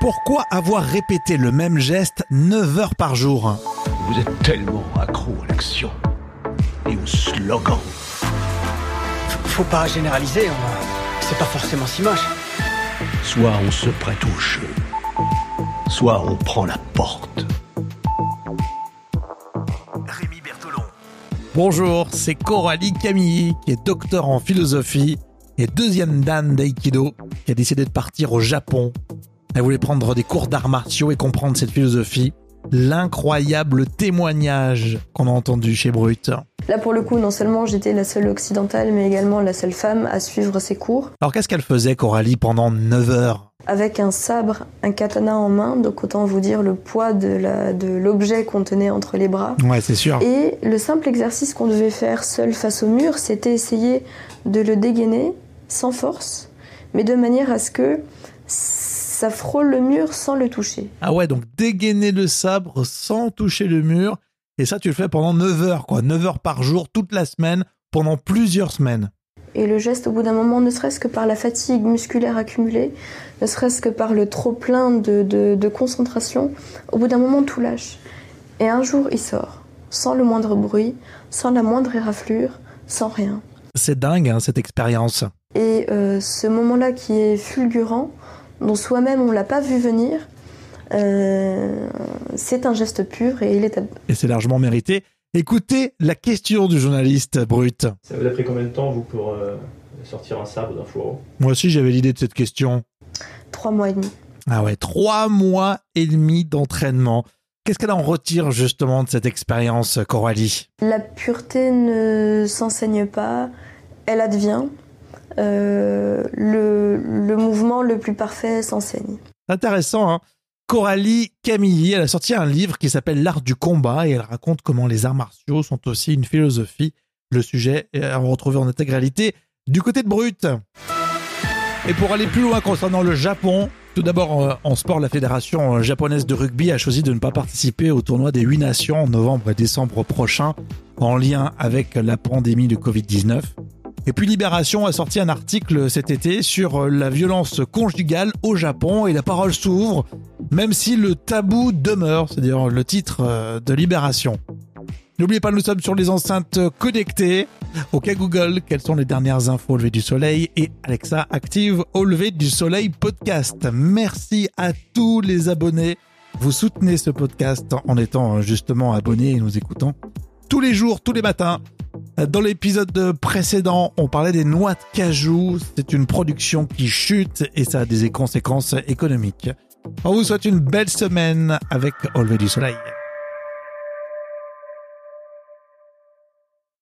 Pourquoi avoir répété le même geste 9 heures par jour ? Vous êtes tellement accro à l'action et au slogan. Faut pas généraliser, c'est pas forcément si moche. Soit on se prête au jeu, soit on prend la porte. Rémi Bertolon. Bonjour, c'est Coralie Camilly, qui est docteur en philosophie et deuxième dan d'aïkido, qui a décidé de partir au Japon. Elle voulait prendre des cours d'arts martiaux et comprendre cette philosophie. L'incroyable témoignage qu'on a entendu chez Brut. Là, pour le coup, non seulement j'étais la seule occidentale, mais également la seule femme à suivre ces cours. Alors, qu'est-ce qu'elle faisait, Coralie, pendant 9 heures ? Avec un sabre, un katana en main, donc autant vous dire le poids de l'objet qu'on tenait entre les bras. Ouais, c'est sûr. Et le simple exercice qu'on devait faire seul face au mur, c'était essayer de le dégainer sans force, mais de manière à ce que ça frôle le mur sans le toucher. Ah ouais, donc dégainer le sabre sans toucher le mur. Et ça, tu le fais pendant 9 heures, quoi. 9 heures par jour, toute la semaine, pendant plusieurs semaines. Et le geste, au bout d'un moment, ne serait-ce que par la fatigue musculaire accumulée, ne serait-ce que par le trop-plein de concentration, au bout d'un moment, tout lâche. Et un jour, il sort, sans le moindre bruit, sans la moindre éraflure, sans rien. C'est dingue, hein, cette expérience. Et ce moment-là qui est fulgurant, dont soi-même on ne l'a pas vu venir, c'est un geste pur et il est... Et c'est largement mérité. Écoutez la question du journaliste Brut. Ça vous a pris combien de temps, vous, pour sortir un sabre d'un fourreau ? Moi aussi, j'avais l'idée de cette question. 3 mois et demi. Ah ouais, 3 mois et demi d'entraînement. Qu'est-ce qu'elle en retire justement de cette expérience, Coralie ? La pureté ne s'enseigne pas, elle advient. Le mouvement le plus parfait s'enseigne. Intéressant, hein ? Coralie Camilly, elle a sorti un livre qui s'appelle L'art du combat et elle raconte comment les arts martiaux sont aussi une philosophie. Le sujet est à retrouver en intégralité du côté de Brut. Et pour aller plus loin concernant le Japon, tout d'abord en sport, la fédération japonaise de rugby a choisi de ne pas participer au tournoi des 8 nations en novembre et décembre prochain en lien avec la pandémie de Covid-19. Et puis Libération a sorti un article cet été sur la violence conjugale au Japon et la parole s'ouvre, même si le tabou demeure, c'est-à-dire le titre de Libération. N'oubliez pas, nous sommes sur les enceintes connectées. OK Google, quelles sont les dernières infos au lever du soleil ? Et Alexa active au lever du soleil podcast. Merci à tous les abonnés. Vous soutenez ce podcast en étant justement abonnés et nous écoutant tous les jours, tous les matins. Dans l'épisode précédent, on parlait des noix de cajou. C'est une production qui chute et ça a des conséquences économiques. On vous souhaite une belle semaine avec Au lever du soleil.